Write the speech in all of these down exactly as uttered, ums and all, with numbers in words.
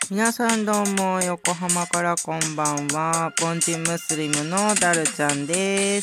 皆さんどうも、横浜からこんばんは。ポンジムスリムのダルちゃんです。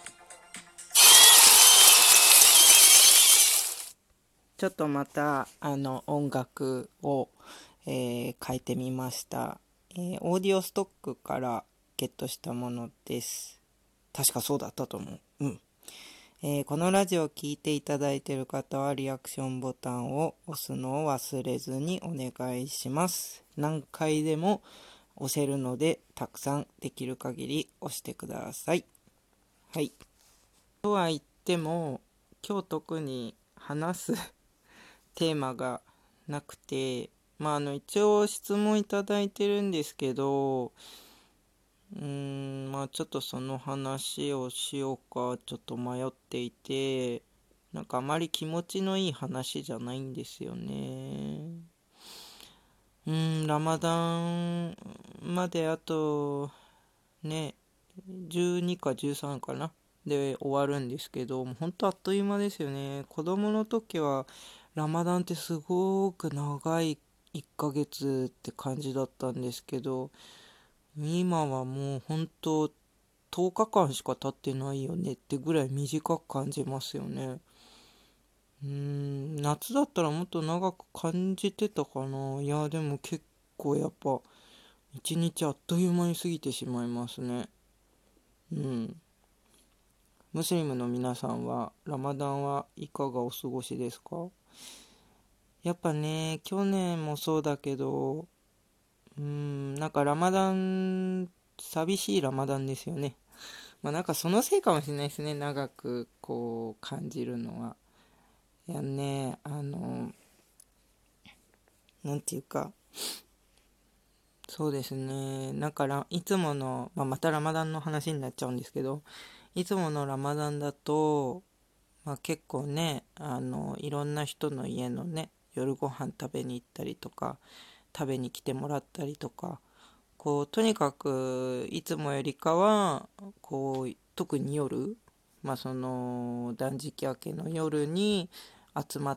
ちょっとまたあの音楽を、えー変えてみました、えーオーディオストックからゲットしたものです。確かそうだったと思う。うん。えーこのラジオを聞いていただいている方はリアクションボタンを押すのを忘れずにお願いします。何回でも押せるので、たくさんできる限り押してください。はい。とは言っても、今日特に話すテーマがなくて、まあ、あの、一応質問いただいてるんですけど、うーん、まあ、ちょっとその話をしようか、ちょっと迷っていて、なんかあまり気持ちのいい話じゃないんですよね。うーん、ラマダンまであと、ね、じゅうにかじゅうさんかなで終わるんですけど、もうほんとあっという間ですよね。子供の時はラマダンってすごく長いいっかげつって感じだったんですけど、今はもう本当とおかかんしか経ってないよねってぐらい短く感じますよね。うーん、夏だったらもっと長く感じてたかな。いや、でも結構やっぱ一日あっという間に過ぎてしまいますね。うん。ムスリムの皆さんはラマダンはいかがお過ごしですか？やっぱね、去年もそうだけど、うーん、なんかラマダン、寂しいラマダンですよね。まあなんかそのせいかもしれないですね。長くこう感じるのは。いやね、あの、なんていうか、そうですね。なんかラいつもの、まあ、またラマダンの話になっちゃうんですけど、いつものラマダンだと、まあ、結構ね、あの、いろんな人の家のね、夜ご飯食べに行ったりとか、食べに来てもらったりとか、こう、とにかく、いつもよりかは、こう、特に夜、まあ、その、断食明けの夜に集まって、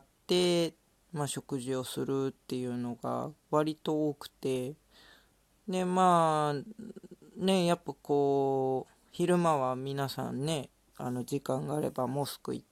まあ、食事をするっていうのが割と多くて、で、まあ、ね、やっぱこう、昼間は皆さんね、あの、時間があればモスク行って、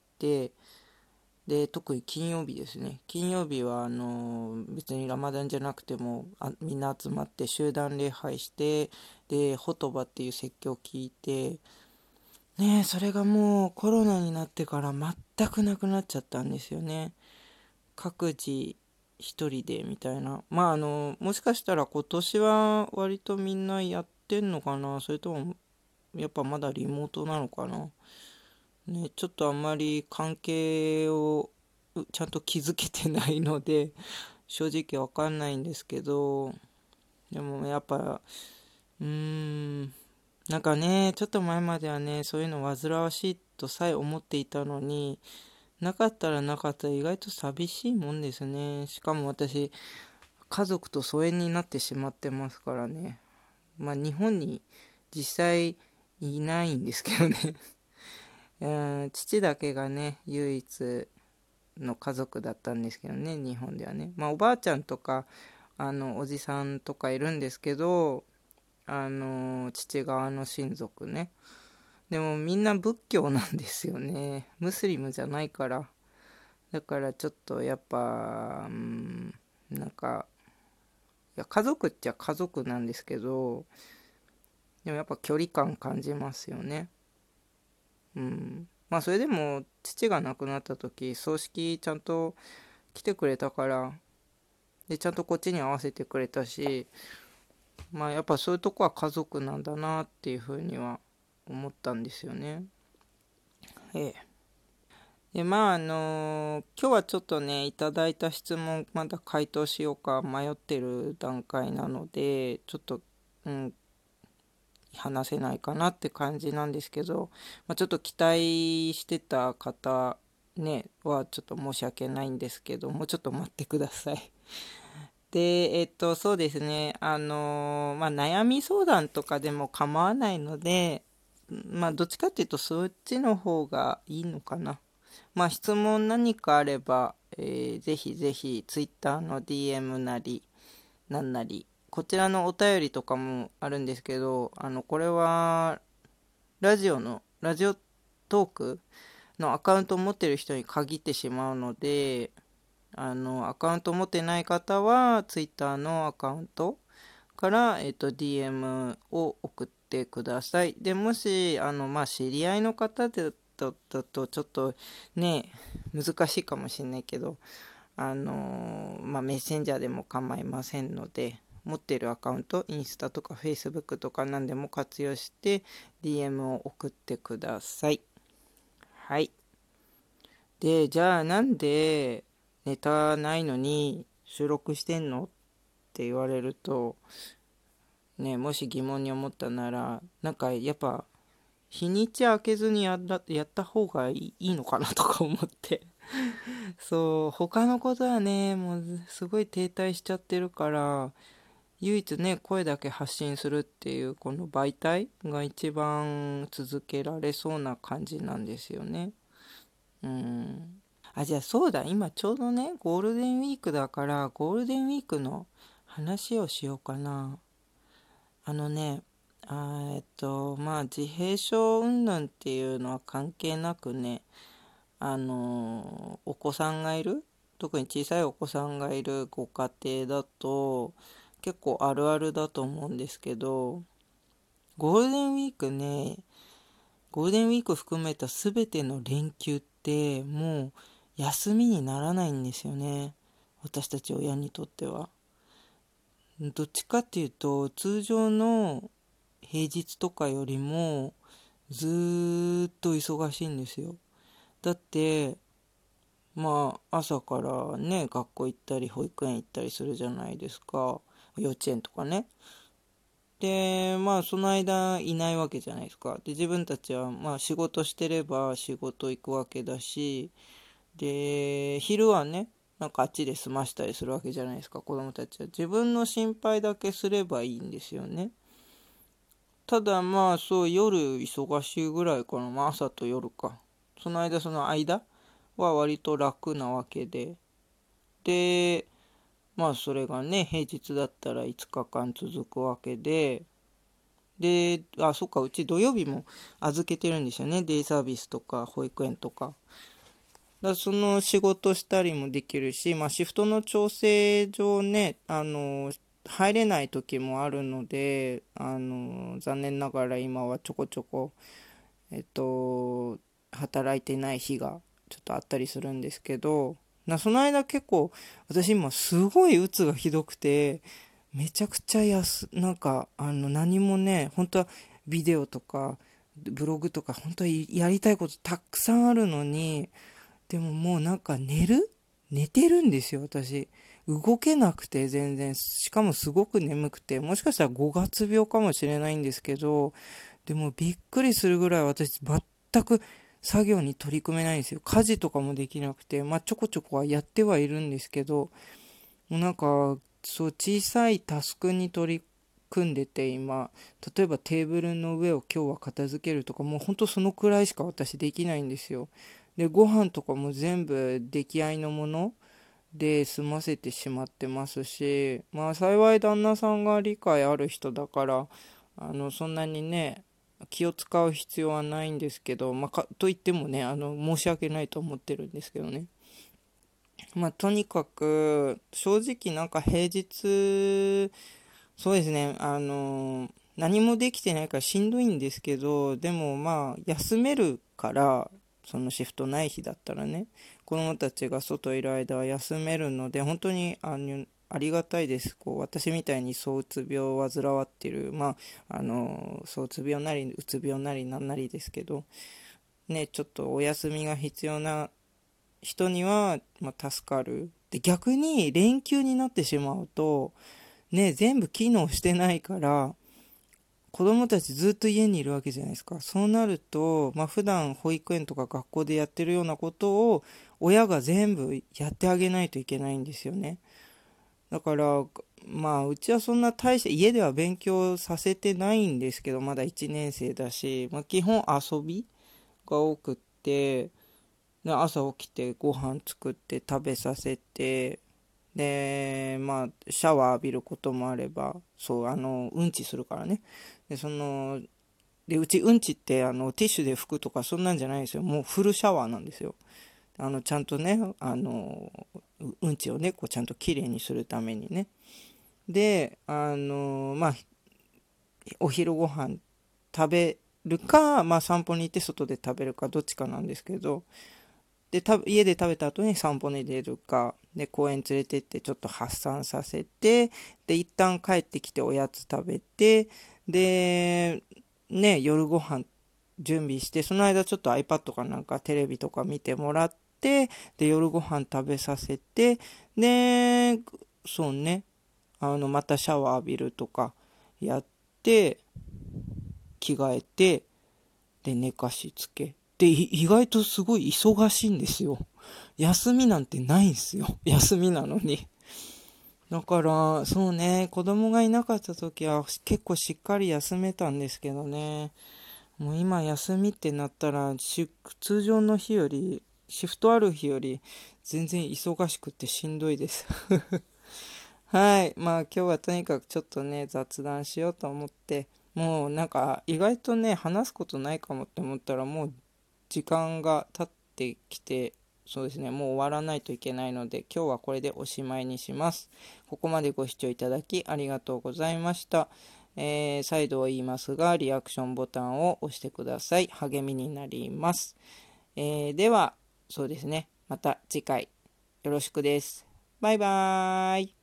で、特に金曜日ですね。金曜日は、あの、別にラマダンじゃなくても、あ、みんな集まって集団礼拝して、で、ホトバっていう説教を聞いて、ねえ、それがもうコロナになってから全くなくなっちゃったんですよね。各自一人でみたいな。まあ、あの、もしかしたら今年は割とみんなやってんのかな、それとも、やっぱまだリモートなのかな。ね、ちょっとあんまり関係をうちゃんと築けてないので、正直わかんないんですけど、でもやっぱ、うーん、なんかね、ちょっと前まではね、そういうの煩わしいとさえ思っていたのに、なかったらなかったら意外と寂しいもんですね。しかも私、家族と疎遠になってしまってますからね。まあ日本に実際いないんですけどね。うん、父だけがね、唯一の家族だったんですけどね、日本ではね。まあおばあちゃんとか、あの、おじさんとかいるんですけど、あの、父側の親族ね。でもみんな仏教なんですよね。ムスリムじゃないから。だからちょっとやっぱ、うん、なんか、いや、家族っちゃ家族なんですけど、でもやっぱ距離感感じますよね。うん。まあそれでも父が亡くなった時、葬式ちゃんと来てくれたから、で、ちゃんとこっちに合わせてくれたし、まあやっぱそういうとこは家族なんだなっていうふうには思ったんですよね。ええ。で、まああの今日はちょっとね、いただいた質問まだ回答しようか迷ってる段階なので、ちょっと、うん、話せないかなって感じなんですけど、まあ、ちょっと期待してた方ねはちょっと申し訳ないんですけど、もうちょっと待ってください。で、えっと、そうですね、あのまあ、悩み相談とかでも構わないので、まあ、どっちかっていうとそっちの方がいいのかな。まあ、質問何かあれば、えーぜひぜひ Twitter の ディーエム なり、 なんなり、こちらのお便りとかもあるんですけど、あの、これは、ラジオの、ラジオトークのアカウントを持ってる人に限ってしまうので、あの、アカウントを持ってない方は、ツイッターのアカウントから、えっと、ディーエム を送ってください。で、もし、あの、まあ、知り合いの方だと、だとちょっとね、難しいかもしれないけど、あのまあ、メッセンジャーでも構いませんので、持ってるアカウント、インスタとかフェイスブックとか何でも活用して ディーエム を送ってください。はい。で、じゃあなんでネタないのに収録してんのって言われると、ね、もし疑問に思ったなら、なんかやっぱ日にち開けずにやったやった方がいいのかなとか思ってそう、他のことはね、もうすごい停滞しちゃってるから、唯一ね、声だけ発信するっていうこの媒体が一番続けられそうな感じなんですよね。うん。あ、じゃあそうだ、今ちょうどね、ゴールデンウィークだから、ゴールデンウィークの話をしようかな。あのね、あーえっと、まあ、自閉症云々っていうのは関係なくね、あのお子さんがいる、特に小さいお子さんがいるご家庭だと結構あるあるだと思うんですけど、ゴールデンウィークね、ゴールデンウィーク含めた全ての連休ってもう休みにならないんですよね、私たち親にとっては。どっちかっていうと通常の平日とかよりもずーっと忙しいんですよ。だってまあ朝からね学校行ったり保育園行ったりするじゃないですか、幼稚園とかね。でまあその間いないわけじゃないですか。で自分たちはまあ仕事してれば仕事行くわけだし、で昼はねなんかあっちで済ましたりするわけじゃないですか。子供たちは自分の心配だけすればいいんですよね。ただまあそう夜忙しいぐらいかな、まあ朝と夜か、その間その間は割と楽なわけで、でまあそれがね平日だったらいつかかん続くわけで、であそっか、うち土曜日も預けてるんですよね、デイサービスとか保育園とか。だからその仕事したりもできるし、まあシフトの調整上ね、あの入れない時もあるので、あの残念ながら今はちょこちょこえっと働いてない日がちょっとあったりするんですけど、なその間結構私今すごい鬱がひどくて、めちゃくちゃやすなんかあの何もね、本当はビデオとかブログとか本当はやりたいことたくさんあるのに、でももうなんか寝る寝てるんですよ私。動けなくて全然、しかもすごく眠くて、もしかしたらごがつ病かもしれないんですけど、でもびっくりするぐらい私全く作業に取り組めないんですよ。家事とかもできなくて、まあちょこちょこはやってはいるんですけど、もうなんかそう小さいタスクに取り組んでて今、例えばテーブルの上を今日は片付けるとか、もうほんとそのくらいしか私できないんですよ。でご飯とかも全部出来合いのもので済ませてしまってますし、まあ幸い旦那さんが理解ある人だから、あのそんなにね気を使う必要はないんですけど、まあ、かといってもね、あの申し訳ないと思ってるんですけどね。まあとにかく正直なんか平日、そうですね、あの何もできてないからしんどいんですけど、でもまあ休めるから、そのシフトない日だったらね、子供たちが外いる間は休めるので本当にあのありがたいです。こう私みたいに躁うつ病を患わってる、まああの躁うつ病なりうつ病なりなんなりですけどね、ちょっとお休みが必要な人には、まあ、助かる。で逆に連休になってしまうとね、全部機能してないから子供たちずっと家にいるわけじゃないですか。そうなると、まあ、普段保育園とか学校でやってるようなことを親が全部やってあげないといけないんですよね。だからまあうちはそんな大して家では勉強させてないんですけど、まだいちねん生だし、まあ、基本遊びが多くって、で朝起きてご飯作って食べさせて、 で、まあ、シャワー浴びることもあれば、そう、あの、うんちするからね。で、その、で、うちうんちってあのティッシュで拭くとかそんなんじゃないんですよ。もうフルシャワーなんですよ。あの、ちゃんとね、あの、ううんちをね、こうちゃんときれいにするためにね。で、あの、まあ、お昼ご飯食べるか、まあ散歩に行って外で食べるかどっちかなんですけど、で、た家で食べた後に散歩に出るか、で、公園連れてってちょっと発散させて、で、一旦帰ってきておやつ食べて、で、ね、夜ご飯準備して、その間ちょっと iPad かなんかテレビとか見てもらって、で、夜ご飯食べさせて、で、そうね、あの、またシャワー浴びるとかやって、着替えて、で、寝かしつけ。で、意外とすごい忙しいんですよ。休みなんてないんですよ。休みなのに。だから、そうね、子供がいなかった時は結構しっかり休めたんですけどね。もう今休みってなったら、通常の日より、シフトある日より全然忙しくてしんどいです。はい。まあ今日はとにかくちょっとね、雑談しようと思って、もうなんか意外とね、話すことないかもって思ったらもう時間が経ってきて、そうですね、もう終わらないといけないので、今日はこれでおしまいにします。ここまでご視聴いただきありがとうございました。えー再度言いますが、リアクションボタンを押してください。励みになります。えーでは、そうですね、また次回よろしくです。バイバーイ。